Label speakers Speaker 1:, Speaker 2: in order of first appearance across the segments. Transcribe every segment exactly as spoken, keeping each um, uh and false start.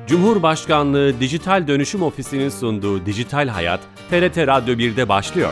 Speaker 1: Cumhurbaşkanlığı Dijital Dönüşüm Ofisi'nin sunduğu Dijital Hayat, T R T Radyo bir'de başlıyor.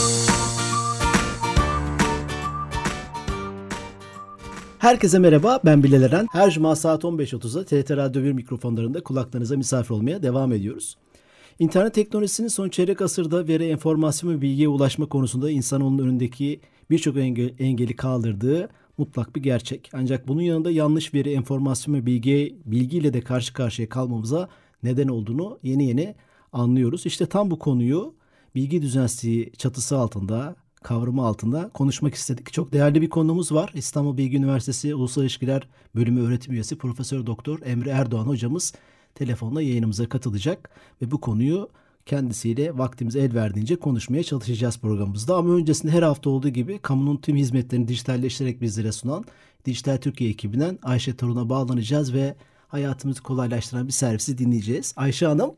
Speaker 2: Herkese merhaba, ben Bilal Eren. Her cuma saat on beş otuzda T R T Radyo bir mikrofonlarında kulaklarınıza misafir olmaya devam ediyoruz. İnternet teknolojisinin son çeyrek asırda veri, enformasyon ve bilgiye ulaşma konusunda insanoğlunun önündeki birçok enge- engeli kaldırdığı mutlak bir gerçek. Ancak bunun yanında yanlış veri, enformasyon ve bilgi, bilgiyle de karşı karşıya kalmamıza neden olduğunu yeni yeni anlıyoruz. İşte tam bu konuyu bilgi düzensizliği çatısı altında, kavramı altında konuşmak istedik. Çok değerli bir konuğumuz var. İstanbul Bilgi Üniversitesi Ulusal İlişkiler Bölümü öğretim üyesi Profesör Doktor Emre Erdoğan hocamız telefonla yayınımıza katılacak ve bu konuyu kendisiyle vaktimiz el verdiğince konuşmaya çalışacağız programımızda. Ama öncesinde her hafta olduğu gibi kamunun tüm hizmetlerini dijitalleştirerek bizlere sunan Dijital Türkiye ekibinden Ayşe Torun'a bağlanacağız ve hayatımızı kolaylaştıran bir servisi dinleyeceğiz. Ayşe Hanım.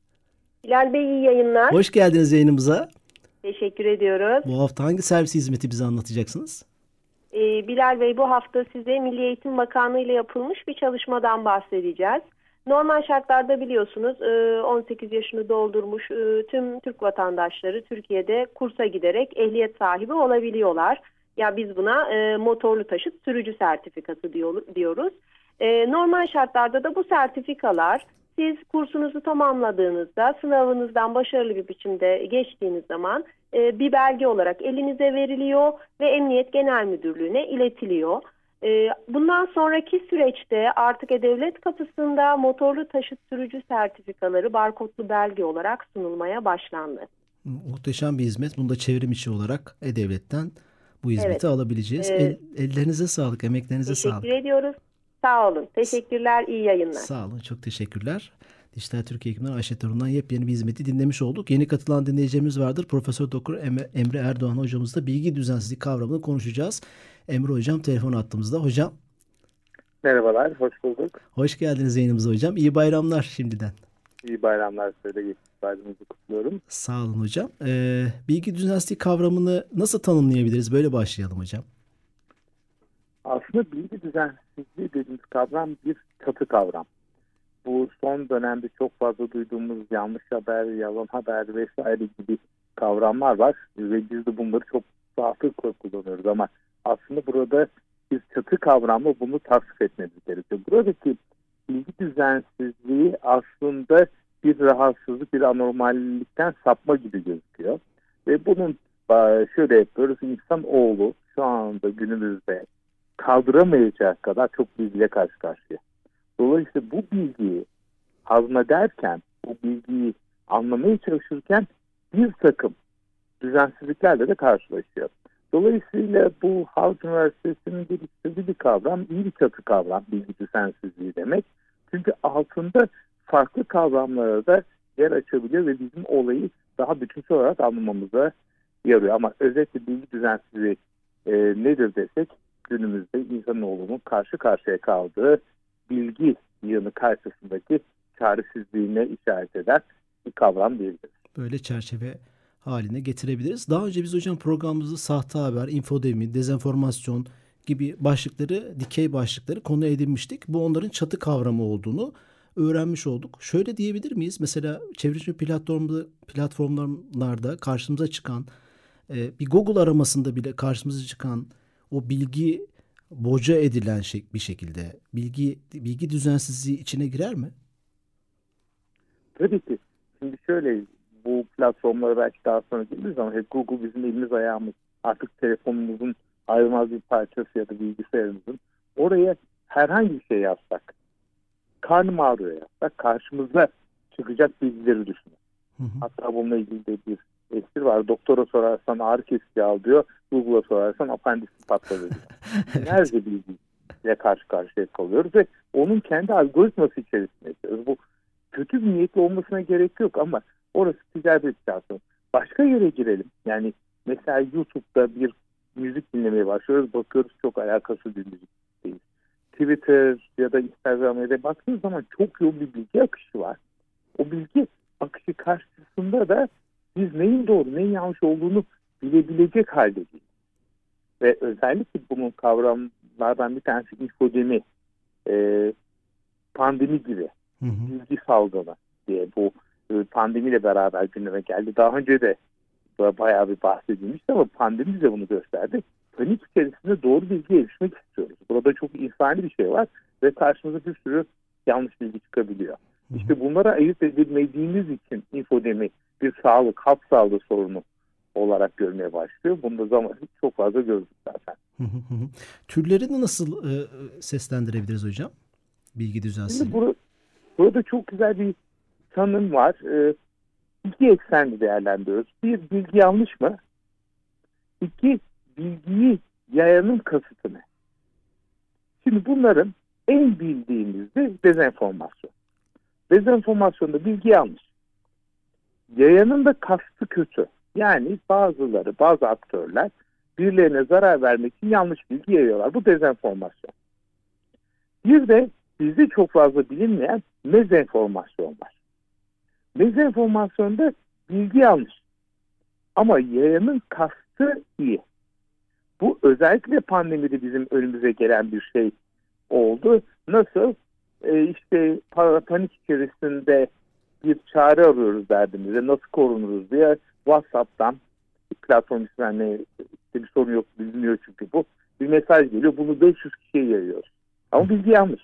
Speaker 3: Bilal Bey, iyi yayınlar.
Speaker 2: Hoş geldiniz yayınımıza.
Speaker 3: Teşekkür ediyoruz.
Speaker 2: Bu hafta hangi servis hizmeti bize anlatacaksınız?
Speaker 3: Ee, Bilal Bey, bu hafta size Milli Eğitim Bakanlığı ile yapılmış bir çalışmadan bahsedeceğiz. Normal şartlarda biliyorsunuz on sekiz yaşını doldurmuş tüm Türk vatandaşları Türkiye'de kursa giderek ehliyet sahibi olabiliyorlar. Ya biz buna motorlu taşıt sürücü sertifikası diyoruz. Normal şartlarda da bu sertifikalar siz kursunuzu tamamladığınızda, sınavınızdan başarılı bir biçimde geçtiğiniz zaman bir belge olarak elinize veriliyor ve Emniyet Genel Müdürlüğü'ne iletiliyor. Bundan sonraki süreçte artık E-Devlet kapısında motorlu taşıt sürücü sertifikaları barkodlu belge olarak sunulmaya başlandı.
Speaker 2: Muhteşem bir hizmet. Bunu da çevrim içi olarak E-Devlet'ten bu hizmeti evet. alabileceğiz.
Speaker 3: Ee,
Speaker 2: El, ellerinize sağlık, emeklerinize
Speaker 3: teşekkür
Speaker 2: sağlık.
Speaker 3: Teşekkür ediyoruz. Sağ olun. Teşekkürler, iyi yayınlar.
Speaker 2: Sağ olun, çok teşekkürler. Dijital Türkiye ekibinden Ayşe Torun'dan yepyeni bir hizmeti dinlemiş olduk. Yeni katılan dinleyicilerimiz vardır. Profesör Doktor Emre Erdoğan hocamızla bilgi düzensizliği kavramını konuşacağız. Emre hocam telefon attığımızda. Hocam.
Speaker 4: Merhabalar, hoş bulduk.
Speaker 2: Hoş geldiniz yayınımıza hocam. İyi bayramlar şimdiden.
Speaker 4: İyi bayramlar, size de geçmiş bayramınızı kutluyorum.
Speaker 2: Sağ olun hocam. Ee, bilgi düzensizliği kavramını nasıl tanımlayabiliriz? Böyle başlayalım hocam.
Speaker 4: Aslında bilgi düzensizliği dediğimiz kavram bir çatı kavram. Bu son dönemde çok fazla duyduğumuz yanlış haber, yalan haber vesaire gibi kavramlar var. Ve biz de bunları çok rahatlıkla kullanıyoruz ama aslında burada bir çatı kavramla bunu tasvip etmemiz gerekiyor. Buradaki bilgi düzensizliği aslında bir rahatsızlık, bir anormallikten sapma gibi gözüküyor. Ve bunun şöyle yapıyoruz, insanoğlu şu anda günümüzde kaldıramayacağı kadar çok bilgiyle karşı karşıya. Dolayısıyla bu bilgiyi hazmederken, bu bilgiyi anlamaya çalışırken bir takım düzensizliklerle de karşılaşıyor. Dolayısıyla bu Halk Üniversitesi'nin geliştirdiği bir kavram, iyi bir çatı kavram, bilgi düzensizliği demek. Çünkü altında farklı kavramlara da yer açabiliyor ve bizim olayı daha bütünsel olarak anlamamıza yarıyor. Ama özetle bilgi düzensizliği e, nedir desek, günümüzde insanoğlunun karşı karşıya kaldığı bilgi yığını karşısındaki çaresizliğine işaret eden bir kavram diyebiliriz.
Speaker 2: Böyle çerçeve haline getirebiliriz. Daha önce biz hocam programımızda sahte haber, infodemi, dezenformasyon gibi başlıkları, dikey başlıkları konu edinmiştik. Bu onların çatı kavramı olduğunu öğrenmiş olduk. Şöyle diyebilir miyiz? Mesela çevrimiçi platformda, platformlarda karşımıza çıkan, e, bir Google aramasında bile karşımıza çıkan o bilgi boca edilen şey, bir şekilde bilgi bilgi düzensizliği içine girer mi?
Speaker 4: Tabii ki. Şimdi şöyle, bu platformlara belki daha sonra geliriz ama hep Google bizim elimiz ayağımız, artık telefonumuzun ayrılmaz bir parçası ya da bilgisayarımızın. Oraya herhangi bir şey yazsak, karnım ağrıyor yazsak karşımıza çıkacak bilgileri düşünün. Hı hı. Hatta bununla ilgili de bir espri var. Doktora sorarsan ağrı kesici al diyor. Google'a sorarsan apendisin patladı diyor. Binlerce bilgiyle karşı karşıya kalıyoruz ve onun kendi algoritması içerisinde yapıyoruz. Bu kötü bir niyetli olmasına gerek yok ama orası ticari bir platform. Başka yere girelim. Yani mesela YouTube'da bir müzik dinlemeye başlıyoruz. Bakıyoruz çok alakasız bir müzik değil. Twitter ya da Instagram'a da baktığınız zaman çok yoğun bir bilgi akışı var. O bilgi akışı karşısında da biz neyin doğru, neyin yanlış olduğunu bilebilecek halde değil. Ve özellikle bunun kavramlardan bir tanesi infodemi, e, pandemi gibi
Speaker 2: hı hı.
Speaker 4: bilgi salgını diye bu e, pandemiyle beraber gündeme geldi. Daha önce de bayağı bir bahsedilmişti ama pandemi bize bunu gösterdi. Panik içerisinde doğru bilgiye erişmek istiyoruz. Burada çok insani bir şey var ve karşımıza bir sürü yanlış bilgi çıkabiliyor. Hı hı. İşte bunlara ayırt edilmediğimiz için infodemi bir sağlık, halk sağlığı sorunu olarak görmeye başlıyor. Bunu da zaman çok fazla gördük zaten.
Speaker 2: Hı hı hı. Türlerini nasıl e, seslendirebiliriz hocam? Bilgi düzensizliği.
Speaker 4: Şimdi burada, burada çok güzel bir tanım var. E, iki eksenli değerlendiriyoruz. Bir, bilgi yanlış mı? İki, bilgiyi yayanın kasıtı ne? Şimdi bunların en bildiğimiz de dezenformasyon. Dezenformasyonda bilgi yanlış. Yayanın da kastı kötü. Yani bazıları, bazı aktörler birilerine zarar vermek için yanlış bilgi yayıyorlar. Bu dezenformasyon. Bir de bizde çok fazla bilinmeyen mezenformasyon var. Mezenformasyonda bilgi yanlış. Ama yayanın kastı iyi. Bu özellikle pandemide bizim önümüze gelen bir şey oldu. Nasıl? Ee, işte panik içerisinde bir çare arıyoruz derdimize. Nasıl korunuruz diye WhatsApp'tan, platform ismenle bir sorun yok, biliniyor çünkü bu. Bir mesaj geliyor. Bunu beş yüz kişiye yayıyoruz. Ama bilgi yanlış.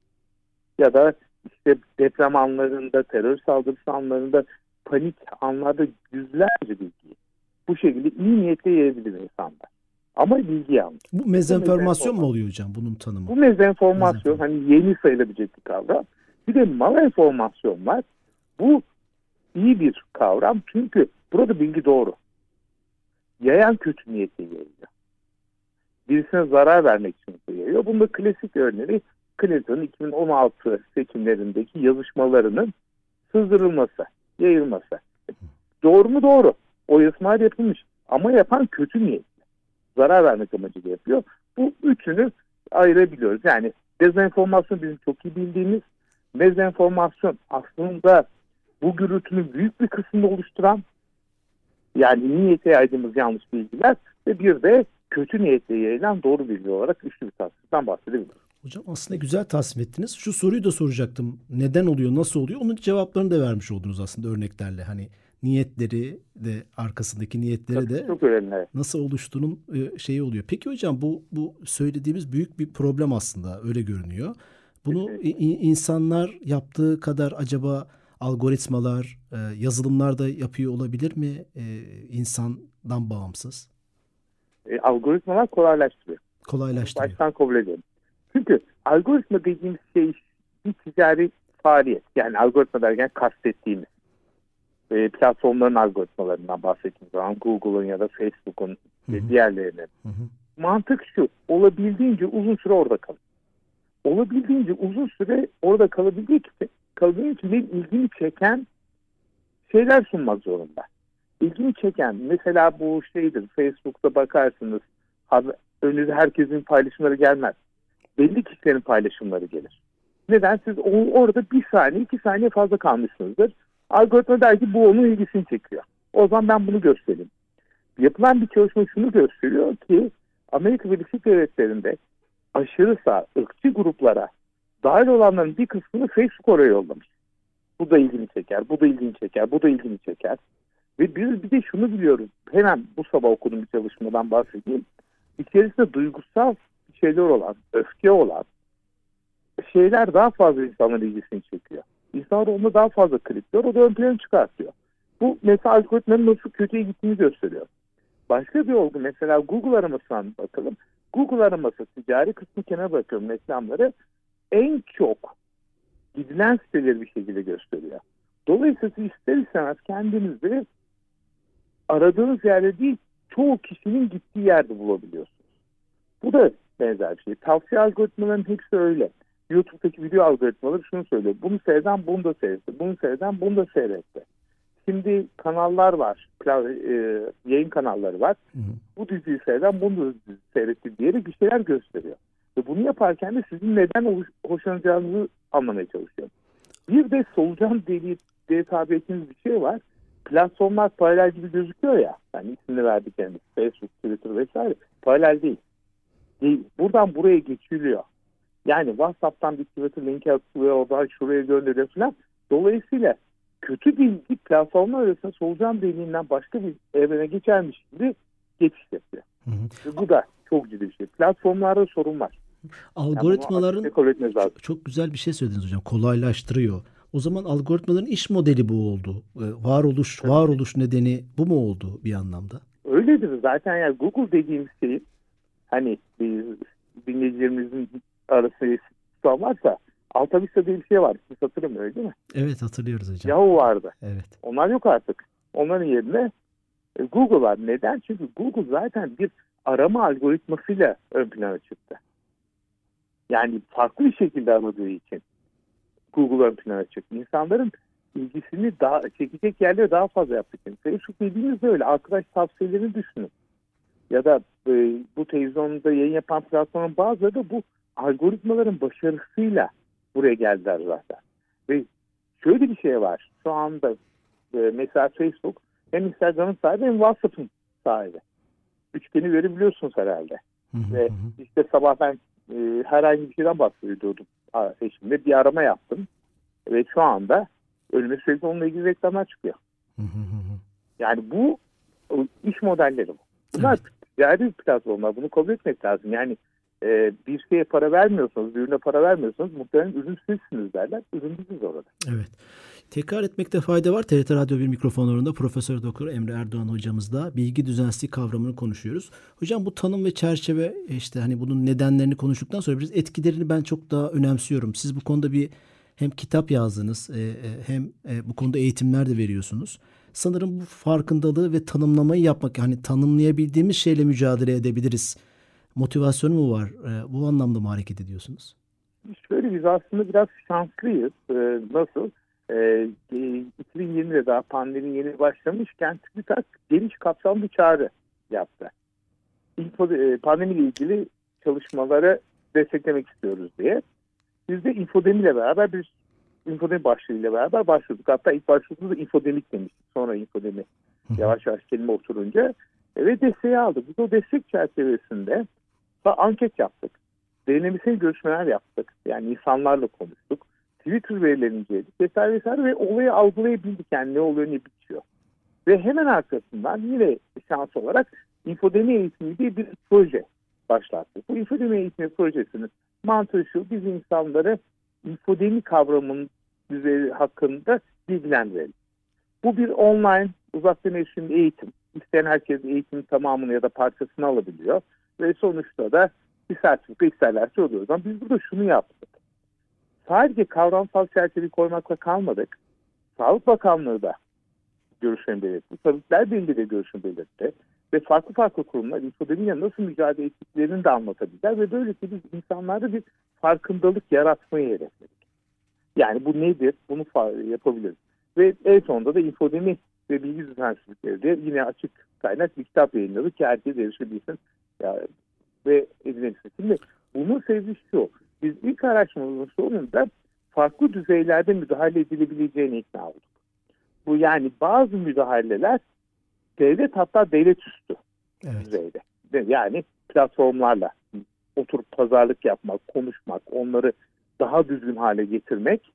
Speaker 4: Ya da işte deprem anlarında, terör saldırısı anlarında, panik anlarda yüzlerce bilgiyi bu şekilde iyi niyetle yayabilir insanlar. Ama bilgi yanlış.
Speaker 2: Bu mezenformasyon mu oluyor hocam bunun tanımı?
Speaker 4: Bu mezenformasyon hani yeni sayılabilecek bir kavram. Bir de malenformasyon var. Bu iyi bir kavram çünkü burada bilgi doğru. Yayan kötü niyetle yayıyor. Birisine zarar vermek için yayıyor. Bunda klasik örneği Clinton'ın iki bin on altı seçimlerindeki yazışmalarının sızdırılması, yayılması. Doğru mu? Doğru. O yazışmalar yapılmış. Ama yapan kötü niyetli. Zarar vermek amacıyla yapıyor. Bu üçünü ayırabiliyoruz. Yani dezenformasyon bizim çok iyi bildiğimiz, mezenformasyon aslında bu gürültünün büyük bir kısmını oluşturan, yani niyete yaydığımız yanlış bilgiler ve bir de kötü niyetle yayılan doğru bilgi olarak üçlü bir tasniften bahsedebiliriz.
Speaker 2: Hocam aslında güzel tasnif ettiniz. Şu soruyu da soracaktım. Neden oluyor, nasıl oluyor? Onun cevaplarını da vermiş oldunuz aslında örneklerle. Hani niyetleri de arkasındaki niyetleri de
Speaker 4: çok önemli.
Speaker 2: Nasıl oluştuğunun şeyi oluyor. Peki hocam bu bu söylediğimiz büyük bir problem aslında öyle görünüyor. Bunu insanlar yaptığı kadar acaba algoritmalar, yazılımlar da yapıyor olabilir mi insandan bağımsız?
Speaker 4: E, algoritmalar kolaylaştırıyor.
Speaker 2: Kolaylaştırıyor.
Speaker 4: Baştan kabul edelim. Çünkü algoritma dediğimiz şey bir ticari faaliyet. Yani algoritma derken kastettiğimiz e, platformların algoritmalarından bahsettiğimiz zaman Google'un ya da Facebook'un ve diğerlerinin. Hı hı. Mantık şu, olabildiğince uzun süre orada kalın. Olabildiğince uzun süre orada kalabildiği için, kalabildiği için benim ilgimi çeken şeyler sunmak zorunda. İlgimi çeken, mesela bu şeydir, Facebook'ta bakarsınız, önünüze herkesin paylaşımları gelmez. Belli kişilerin paylaşımları gelir. Neden? Siz orada bir saniye, iki saniye fazla kalmışsınızdır. Algoritma der ki bu onun ilgisini çekiyor. O zaman ben bunu göstereyim. Yapılan bir çalışma şunu gösteriyor ki Amerika Birleşik Devletleri'nde aşırı sağ, ırkçı gruplara dahil olanların bir kısmını Facebook oraya yollamış. Bu da ilgini çeker, bu da ilgini çeker, bu da ilgini çeker. Ve biz bir de şunu biliyoruz. Hemen bu sabah okuduğum bir çalışmadan bahsedeyim. İçerisinde duygusal şeyler olan, öfke olan şeyler daha fazla insanların ilgisini çekiyor. İnsanlar onunla daha fazla klikliyor, o da ön plana çıkartıyor. Bu mesela algoritmanın nasıl kötüye gittiğini gösteriyor. Başka bir olgu, mesela Google aramasına bakalım. Google araması ticari kısmı kenara bırakıyorum, reklamları en çok gidilen siteleri bir şekilde gösteriyor. Dolayısıyla ister istemez kendinizi aradığınız yerde değil, çoğu kişinin gittiği yerde bulabiliyorsunuz. Bu da benzer bir şey. Tavsiye algoritmalarının hepsi öyle. YouTube'daki video algoritmaları şunu söylüyor. Bunu seyreden bunu da seyretti. Bunu seyreden bunu da seyretti. Şimdi kanallar var. Yayın kanalları var. Hı hı. Bu diziyi seyreden bunu da seyretti diyerek bir şeyler gösteriyor. Ve bunu yaparken de sizin neden hoşlanacağınızı anlamaya çalışıyor. Bir de solucan deliği diye tabi ettiğiniz bir şey var. Platformlar paralel gibi gözüküyor ya. Yani ismini verdiklerimiz. Facebook, Twitter vesaire. Paralel değil. değil. Buradan buraya geçiliyor. Yani WhatsApp'tan bir Twitter linki atılıyor, oradan şuraya gönderiyor falan. Dolayısıyla kötü bilgi platformlar arasında solucan deliğinden başka bir evrene geçermiş gibi geçiş yapıyor. Hı hı. Ve bu da çok ciddi bir şey. Platformlarda sorun var.
Speaker 2: Algoritmaların yani çok, çok güzel bir şey söylediniz hocam. Kolaylaştırıyor. O zaman algoritmaların iş modeli bu oldu. Ee, varoluş, Tabii. varoluş nedeni bu mu oldu bir anlamda?
Speaker 4: Öyledir zaten. Yani Google dediğimiz şey, hani dinleyicilerimizin arasında tutan varsa, Alta Vista diye bir şey var. Siz hatırlamıyor öyle değil mi?
Speaker 2: Evet, hatırlıyoruz hocam.
Speaker 4: Yahoo vardı.
Speaker 2: Evet.
Speaker 4: Onlar yok artık. Onların yerine Google var. Neden? Çünkü Google zaten bir arama algoritmasıyla ön plana çıktı. Yani farklı bir şekilde aradığı için Google ön plana çıktı. İnsanların ilgisini daha çekecek yerlere daha fazla yaptık. Facebook dediğimizde öyle. Arkadaş tavsiyelerini düşünün. Ya da e, bu televizyonda yayın yapan platformun bazıları da bu algoritmaların başarısıyla buraya geldiler zaten. Ve şöyle bir şey var. Şu anda e, mesela Facebook hem Instagram'ın sahibi hem WhatsApp'ın sahibi. Üçgeni verebiliyorsunuz herhalde. Hı hı. Ve işte sabah ben e, herhangi bir şeyden bahsediyordum eşimle. Bir arama yaptım. Ve şu anda önüme sürekli onunla ilgili reklamlar çıkıyor. Hı hı hı. Yani bu iş modelleri bu. Bunlar evet. Ticari platformlar. Bunu kabul etmek lazım. Yani e, bir şeye para vermiyorsanız, bir ürüne para vermiyorsanız muhtemelen ürün sizsiniz derler. Ürün biziz orada.
Speaker 2: Evet. Tekrar etmekte fayda var. T R T Radyo bir mikrofonlarında Profesör Doktor Emre Erdoğan hocamızla bilgi düzensizliği kavramını konuşuyoruz. Hocam bu tanım ve çerçeve, işte hani bunun nedenlerini konuştuktan sonra biraz etkilerini ben çok daha önemsiyorum. Siz bu konuda bir hem kitap yazdınız hem bu konuda eğitimler de veriyorsunuz. Sanırım bu farkındalığı ve tanımlamayı yapmak, hani tanımlayabildiğimiz şeyle mücadele edebiliriz. Motivasyonu mu var? Bu anlamda mı hareket ediyorsunuz?
Speaker 4: Şöyle, biz aslında biraz şanslıyız. Nasıl? iki bin yirmide daha pandemi yeni başlamışken TÜBİTAK geniş kapsamlı bir çağrı yaptı. İnfo, pandemiyle ilgili çalışmaları desteklemek istiyoruz diye. Biz de infodemi ile beraber bir infodemi başlığıyla beraber başladık. Hatta ilk başladığımızda infodemik demiştik. Sonra infodemi yavaş yavaş kelime oturunca ve desteği aldık. Biz o destek çerçevesinde anket yaptık. Derinlemesine görüşmeler yaptık. Yani insanlarla konuştuk. Twitter verilerini inceledik vesaire vesaire ve olayı algılayabildik. Yani ne oluyor, ne bitiyor. Ve hemen arkasından yine şans olarak infodemi eğitimi diye bir proje başlattık. Bu infodemi eğitimi projesinin mantığı şu: biz insanları infodemi kavramının düzeyi hakkında bilgilendirelim. Bu bir online uzaktan erişim eğitim. İsteyen herkes eğitimin tamamını ya da parçasını alabiliyor. Ve sonuçta da bir sertifika isterlerse oluyor. O zaman biz burada şunu yaptık. Sadece kavramsal çerçeveyi koymakla kalmadık. Sağlık Bakanlığı da görüşlerini belirtti. Tabipler Birliği de görüşünü belirtti. Ve farklı farklı kurumlar infodemiyle nasıl mücadele ettiklerini de anlatabildiler. Ve böylece biz insanlarda bir farkındalık yaratmayı hedefledik. Yani bu nedir? Bunu yapabiliriz. Ve en sonunda da infodemi ve bilgi düzensizlikleri diye yine açık kaynak bir kitap yayınladık ki herkes erişebilsin yani, ve edinebilsin. Şimdi bunun sebebi şu: biz ilk araştırmamızın sonunda farklı düzeylerde müdahale edilebileceğine ikna olduk. Bu yani bazı müdahaleler devlet, hatta devlet üstü evet. düzeyde. Yani platformlarla oturup pazarlık yapmak, konuşmak, onları daha düzgün hale getirmek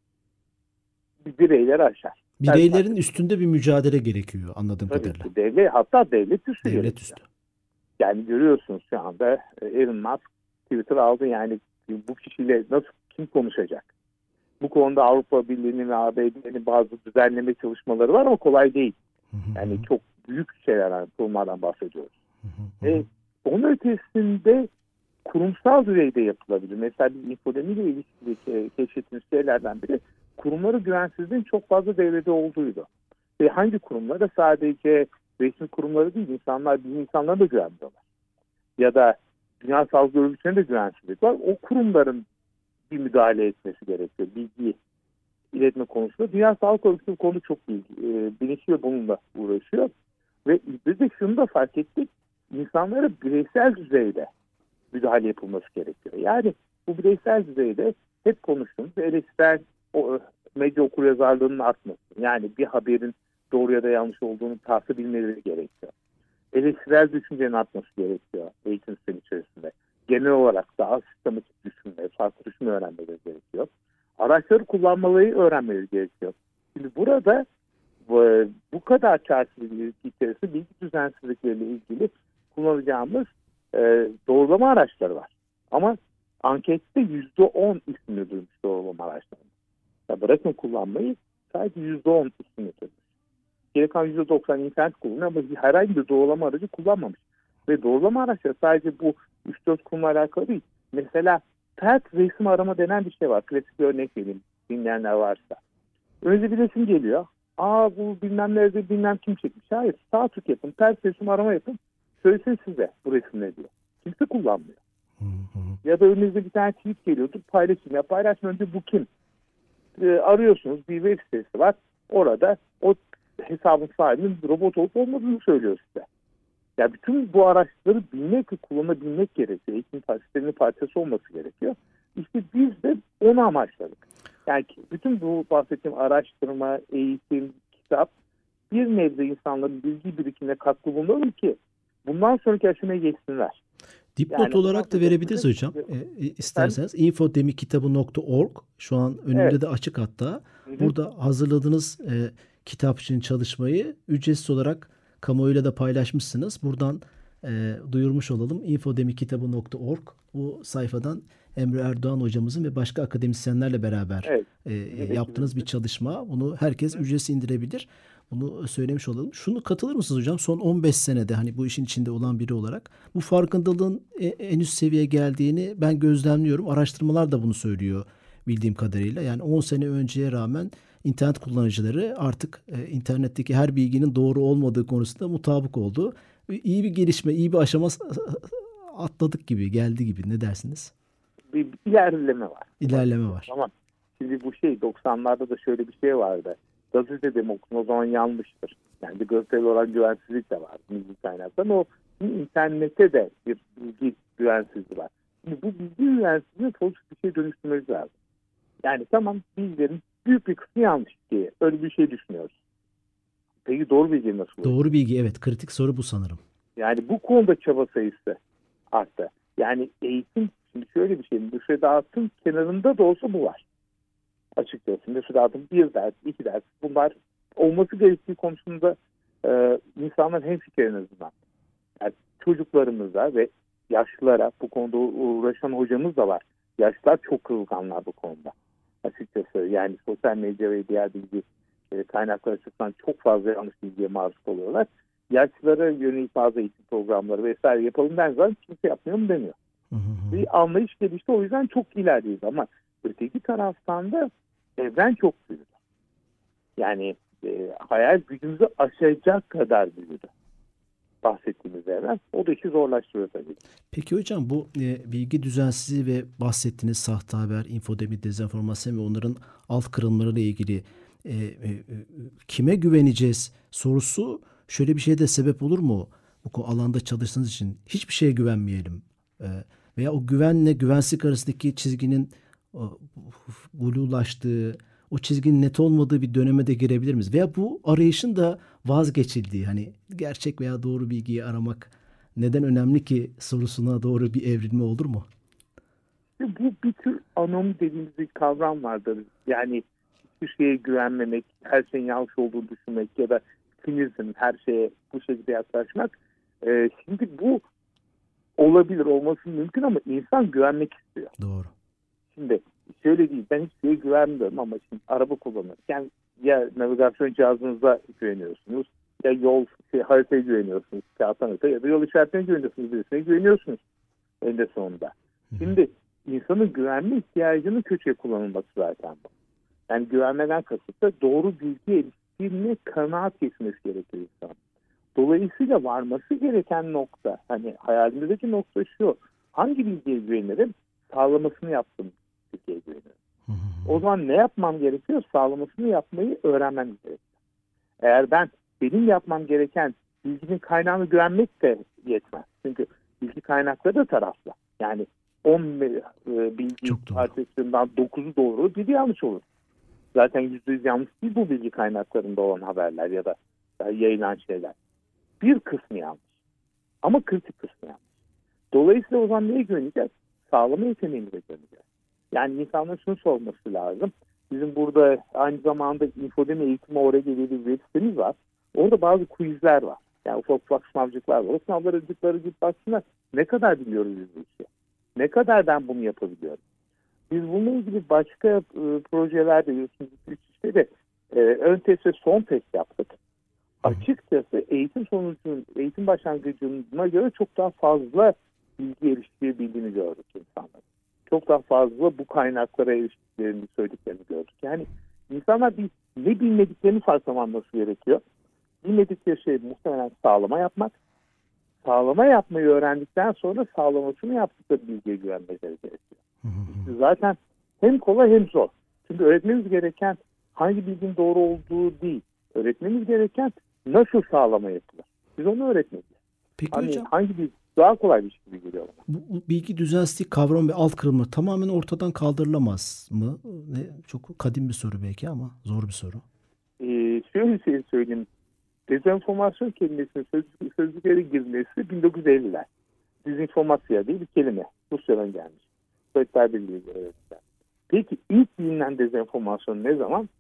Speaker 4: bireyleri aşar.
Speaker 2: Bireylerin yani, üstünde bir mücadele gerekiyor anladığım
Speaker 4: tabii
Speaker 2: kadarıyla.
Speaker 4: Ki, devlet, hatta devlet üstü.
Speaker 2: Devlet
Speaker 4: gerekiyor.
Speaker 2: üstü.
Speaker 4: Yani görüyorsunuz şu anda Elon Musk Twitter aldı, yani bu kişiyle nasıl, kim konuşacak? Bu konuda Avrupa Birliği'nin ve A B D'nin bazı düzenleme çalışmaları var ama kolay değil. Yani çok büyük şeylerden, kurumlardan bahsediyoruz. e, onun ötesinde kurumsal düzeyde yapılabilir. Mesela biz infodemiyle ilgili keşfettiğimiz şeylerden biri kurumları güvensizliğin çok fazla devrede olduğuydu. Ve hangi kurumlara? Sadece resmi kurumları değil, insanlar, bizim insanlara da güvenmiyorlar. Ya da Dünya Sağlık Örgütü'ne de güvensizlik var. O kurumların bir müdahale etmesi gerekiyor. Bilgi iletme konusunda. Dünya Sağlık Örgütü bu konu çok bilgi, e, bilinçli ve bununla uğraşıyor. Ve biz de şunu da fark ettik: insanlara bireysel düzeyde müdahale yapılması gerekiyor. Yani bu bireysel düzeyde hep konuştuğumuz eleştirel o medya okuryazarlığının artması. Yani bir haberin doğru ya da yanlış olduğunu tahsil bilmeleri gerekiyor. Eleştirel düşüncenin artması gerekiyor eğitim sistemi içerisinde. Genel olarak daha sistematik düşünme, farklı dönüşümünü öğrenmeleri gerekiyor. Araçları kullanmaları öğrenmeleri gerekiyor. Şimdi burada bu, bu kadar çarpıcılık içerisinde bilgi düzensizlikleriyle ilgili kullanacağımız e, doğrulama araçları var. Ama ankette yüzde on üstünü duymuş doğrulama araçları. Ya bırakın kullanmayı, sadece yüzde on üstünü duymuş. Geri kalan yüzde doksan internet kullanıyor ama herhangi bir doğrulama aracı kullanmamış. Ve doğrulama araçları sadece bu üç dört konuyla alakalı değil. Mesela pert resim arama denen bir şey var. Klasik bir örnek vereyim dinleyenler varsa. Önce bir resim geliyor. Aa bu bilmem nerede bilmem kim çekmiş. Hayır, sağ tık yapın, pert resim arama yapın. Söylesin size bu resim ne diyor. Kimse kullanmıyor.
Speaker 2: Hı hı.
Speaker 4: Ya da önünüzde bir tane tweet geliyordur, paylaşın. Ya paylaşın önce bu kim? Ee, arıyorsunuz, bir web sitesi var. Orada o hesabın sahibinin robot olup olmadığını söylüyor size. Ya bütün bu araçları bilmek ve kullanabilmek gerekiyor. Eğitim sisteminin parçası olması gerekiyor. İşte biz de onu amaçladık. Yani bütün bu bahsettiğim araştırma, eğitim, kitap bir nebze insanların bilgi birikimine katkı bulunur ki bundan sonraki aşamaya geçsinler.
Speaker 2: Dipnot
Speaker 4: Yani
Speaker 2: olarak da verebiliriz
Speaker 4: bundan
Speaker 2: hocam.
Speaker 4: sonra-
Speaker 2: E, isterseniz infodemikitabı nokta org şu an önümde
Speaker 4: Evet.
Speaker 2: de açık hatta.
Speaker 4: Hı hı.
Speaker 2: Burada hazırladığınız e, kitap için çalışmayı ücretsiz olarak kamuoyuyla da paylaşmışsınız. Buradan e, duyurmuş olalım. infodemikitabı nokta org bu sayfadan Emre Erdoğan hocamızın ve başka akademisyenlerle beraber
Speaker 4: Evet.
Speaker 2: e, yaptığınız bir çalışma. Bunu herkes ücretsiz indirebilir. Bunu söylemiş olalım. Şunu katılır mısınız hocam? Son on beş senede hani bu işin içinde olan biri olarak bu farkındalığın e- en üst seviyeye geldiğini ben gözlemliyorum. Araştırmalar da bunu söylüyor bildiğim kadarıyla. Yani on sene önceye rağmen internet kullanıcıları artık e, internetteki her bilginin doğru olmadığı konusunda mutabık oldu. İyi bir gelişme, iyi bir aşama s- atladık gibi, geldi gibi. Ne dersiniz?
Speaker 4: Bir, bir ilerleme var.
Speaker 2: İlerleme var.
Speaker 4: Tamam. Şimdi bu şey doksanlarda da şöyle bir şey vardı. Gazetede mi okudun o zaman yanlıştır. Yani bir gazeteli olan güvensizlik de var. Bilgi kaynaktan. O internette de bir bilgi güvensizliği var. Şimdi bu bilgi güvensizliğini pozitif bir şey dönüştürmemiz lazım. Yani tamam bilgilerin büyük bir kısmı yanlış diye öyle bir şey düşünüyoruz. Peki doğru bilgi nasıl oluyor?
Speaker 2: Doğru bilgi evet. Kritik soru bu sanırım.
Speaker 4: Yani bu konuda çaba sayısı arttı. Yani eğitim şimdi şöyle bir şey. Müfredatın kenarında da olsa bu var. Açıkçası müfredatın bir ders, iki ders bunlar olması gerektiği konusunda e, insanlar hemfikir en azından. Yani çocuklarımıza ve yaşlılara bu konuda uğraşan hocamız da var. Yaşlılar çok kırılganlar bu konuda. Açıkçası yani sosyal medya ve diğer bilgi e, kaynakları açısından çok fazla yanlış bilgiye maruz kalıyorlar. Yaşlılara yönelik bazı eğitim programları vesaire yapalım den zaman kimse yapmıyor mu demiyor.
Speaker 2: Hı hı hı.
Speaker 4: Bir anlayış gelişti o yüzden çok ilerideyiz ama öteki taraftan da evren çok büyüdü. Yani e, hayal gücümüzü aşacak kadar büyüdü. Bahsettiğimiz evren. O da işi zorlaştırıyor tabii.
Speaker 2: Peki hocam bu e, bilgi düzensizliği ve bahsettiğiniz sahte haber, infodemi, dezenformasyon ve onların alt kırılımlarıyla ilgili e, e, e, kime güveneceğiz sorusu şöyle bir şeye de sebep olur mu? Bu alanda çalıştığınız için hiçbir şeye güvenmeyelim. E, veya o güvenle güvensizlik arasındaki çizginin o, blulaştığı, o çizginin net olmadığı bir döneme de girebilir miyiz? Veya bu arayışın da vazgeçildiği, hani gerçek veya doğru bilgiyi aramak neden önemli ki sorusuna doğru bir evrilme olur mu?
Speaker 4: Bu bir tür anomi dediğimiz bir kavram vardır. Yani hiçbir şeye güvenmemek, her şeyin yanlış olduğunu düşünmek ya da sinizm, her şeye bu şekilde yaklaşmak. Ee, şimdi bu olabilir, olması mümkün ama insan güvenmek istiyor.
Speaker 2: Doğru.
Speaker 4: Şimdi şöyle değil, ben hiçbir şeye güvenmiyorum ama şimdi araba kullanırken ya navigasyon cihazınıza güveniyorsunuz, ya yol şey, haritaya güveniyorsunuz, kağıt harita ya da yol işaretine güveniyorsunuz, birisine güveniyorsunuz eninde sonunda. Şimdi insanın güvenme ihtiyacının kötüye kullanılması zaten bu. Yani güvenmeden kasıt da doğru bilgi eriştiğine kanaat etmesi gerekiyor insan. Dolayısıyla varması gereken nokta, hani hayalimizdeki nokta şu, hangi bilgiye güvenirim? Sağlamasını yaptım bilgiye güvenirim.
Speaker 2: Hı hı.
Speaker 4: O zaman ne yapmam gerekiyor? Sağlamasını yapmayı öğrenmem gerekiyor. Eğer ben benim yapmam gereken bilginin kaynağına güvenmek de yetmez. Çünkü bilgi kaynakları da taraflı. Yani on e, bilgi
Speaker 2: Çok doğru.
Speaker 4: parçasından dokuzu doğru, biri yanlış olur. Zaten yüzde yüz yanlış değil bu bilgi kaynaklarında olan haberler ya da yayılan şeyler. Bir kısmı yanlış. Ama kritik kısmı yanlış. Dolayısıyla o zaman neye güveneceğiz? Sağlama yeteneğimize güveneceğiz. Yani insanların şunu sorması lazım. Bizim burada aynı zamanda infodemi eğitimi oraya geliyor bir web sitemiz var. Orada bazı quizler var. Yani ufak ufak sınavcıklar var. O sınavlara ödükleri gidip baksınlar ne kadar biliyoruz biz bu işi. Ne kadar ben bunu yapabiliyorum. Biz bununla ilgili başka e, projelerde biliyorsunuz üç işte de e, ön test ve son test yaptık. Açıkçası eğitim sonucunun, eğitim başlangıcına göre çok daha fazla bilgi eriştirebildiğini gördük insanlar. Çok daha fazla bu kaynaklara eriştiklerini söylediklerini gördük. Yani insanlar bir, ne bilmediklerini farklı anlaması gerekiyor. Bilmedikleri şey muhtemelen sağlama yapmak. Sağlama yapmayı öğrendikten sonra sağlamasını yaptıkları bilgiye güvenmeleri gerekiyor. İşte zaten hem kolay hem zor. Çünkü öğretmemiz gereken hangi bilginin doğru olduğu değil. Öğretmemiz gereken nasıl sağlama yapılır. Biz onu öğretmeliyiz.
Speaker 2: Peki
Speaker 4: hani
Speaker 2: hocam,
Speaker 4: hangi bilgi daha kolay bir şey gibi geliyor bana.
Speaker 2: bu, bu bilgi düzensizliği kavram ve alt kırılma tamamen ortadan kaldırılamaz mı? Ne, çok kadim bir soru belki ama zor bir soru.
Speaker 4: Ee, şöyle bir şey söyleyeyim. Dezenformasyon kelimesinin sözlük, sözlüklere girmesi bin dokuz yüz elliler. Dezenformasya diye bir kelime. Rusya'dan gelmiş. Sovyetler Birliği öğretmen. Peki ilk bilinen dezenformasyon ne zaman?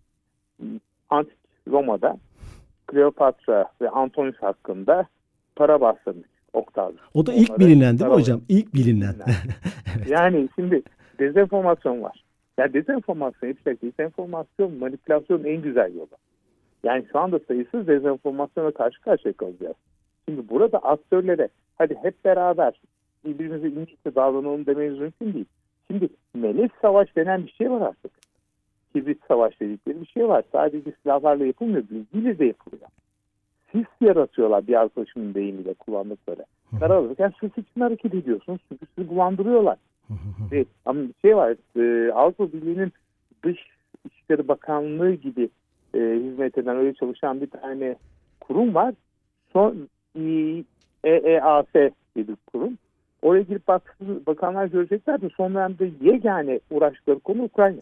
Speaker 4: Antik Roma'da Kleopatra ve Antonius hakkında para bastırmış Octavius.
Speaker 2: O da ilk
Speaker 4: Onlara
Speaker 2: bilinen değil mi
Speaker 4: para
Speaker 2: hocam? İlk bilinen.
Speaker 4: Evet. Yani şimdi dezenformasyon var. Yani dezenformasyon, hepsi dezenformasyon, manipülasyon en güzel yolu. Yani şu anda sayısız dezenformasyona karşı karşıya kalacağız. Şimdi burada aktörlere hadi hep beraber birbirimize iyice davranalım demeniz mümkün değil. Şimdi melek savaş denen bir şey var artık. Kibrit savaş dedikleri bir şey var. Sadece silahlarla yapılmıyor, bilgiyle de yapılıyor. Sis yaratıyorlar bir arkadaşımın deyimiyle kullandıkları. Karar alırken sis için hareket ediyorsunuz çünkü sizi bulandırıyorlar. Evet, ama bir şey var, e, Avrupa Birliği'nin Dış İşleri Bakanlığı gibi e, hizmet eden, öyle çalışan bir tane kurum var. Son E E A S diye bir kurum. Oraya girip bak, bakanlar görecekler de son dönemde yegane uğraştıkları konu Ukrayna.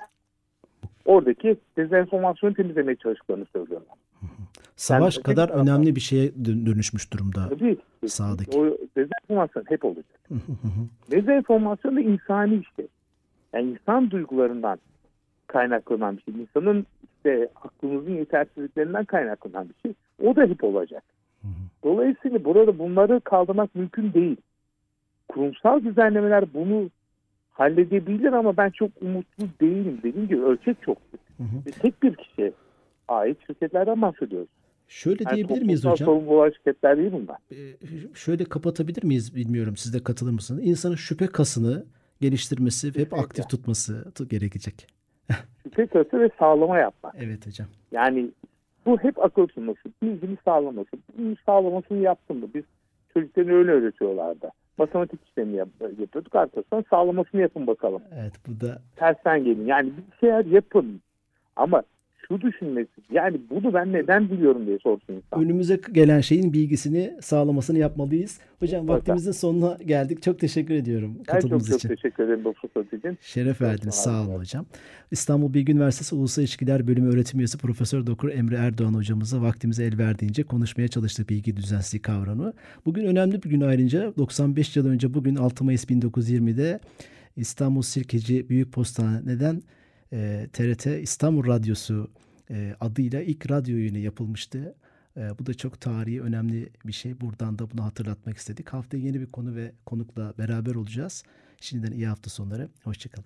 Speaker 4: Oradaki dezenformasyonu temizlemeye çalıştıklarını söylüyorlar.
Speaker 2: Savaş
Speaker 4: yani,
Speaker 2: kadar önemli bir şeye dönüşmüş durumda.
Speaker 4: Tabii.
Speaker 2: Sağdaki.
Speaker 4: O dezenformasyon hep olacak. Dezenformasyon da insani bir şey. Yani insan duygularından kaynaklanan bir şey. İnsanın işte aklımızın yetersizliklerinden kaynaklanan bir şey. O da hep olacak. Dolayısıyla burada bunları kaldırmak mümkün değil. Kurumsal düzenlemeler bunu halledebilir ama ben çok umutlu değilim. Dediğim gibi ölçek çok büyük. Ve tek bir kişiye ait şirketlerden bahsediyoruz.
Speaker 2: Şöyle
Speaker 4: yani
Speaker 2: diyebilir miyiz
Speaker 4: hocam?
Speaker 2: Sorumlu
Speaker 4: olan şirketler değil bunlar.
Speaker 2: Ee, şöyle kapatabilir miyiz bilmiyorum. Siz de katılır mısınız? İnsanın şüphe kasını geliştirmesi ve hep
Speaker 4: Evet
Speaker 2: aktif
Speaker 4: ya.
Speaker 2: tutması gerekecek.
Speaker 4: Şüphe kası ve sağlama yapmak.
Speaker 2: Evet hocam.
Speaker 4: Yani bu hep akıl sunması, bilgini sağlaması. Bilgini sağlamasını yaptım mı? Biz çocukları öyle öğretiyorlardı. Matematik işlemi yap- yapıyorduk. Arkasından sağlamasını yapın bakalım.
Speaker 2: Evet, bu da
Speaker 4: Tersten gelin. Yani bir şeyler yapın. Ama şu düşünmesi, yani bunu ben neden biliyorum diye sorsun insan.
Speaker 2: önümüze gelen şeyin bilgisini sağlamasını yapmalıyız. Hocam
Speaker 4: Mutlaka.
Speaker 2: vaktimizin sonuna geldik. Çok teşekkür ediyorum
Speaker 4: Ben çok
Speaker 2: katıldığınız
Speaker 4: çok
Speaker 2: için.
Speaker 4: teşekkür ederim bu fırsat için.
Speaker 2: Şeref verdiniz.
Speaker 4: Çok
Speaker 2: Sağ olun hocam. İstanbul Bilgi Üniversitesi Ulusal İlişkiler Bölümü öğretim üyesi Profesör Doktor Emre Erdoğan hocamızla vaktimize el verdiğince konuşmaya çalıştık bilgi düzensizliği kavramı. Bugün önemli bir gün ayrıca. doksan beş yıl önce bugün altı Mayıs bin dokuz yüz yirmide İstanbul Sirkeci Büyük Postane'den e, T R T İstanbul Radyosu e, adıyla ilk radyo yayını yapılmıştı. E, bu da çok tarihi önemli bir şey. Buradan da bunu hatırlatmak istedik. Haftaya yeni bir konu ve konukla beraber olacağız. Şimdiden iyi hafta sonları. Hoşçakalın.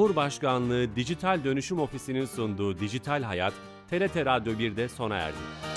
Speaker 1: Cumhurbaşkanlığı Dijital Dönüşüm Ofisi'nin sunduğu Dijital Hayat, T R T Radyo birde sona erdi.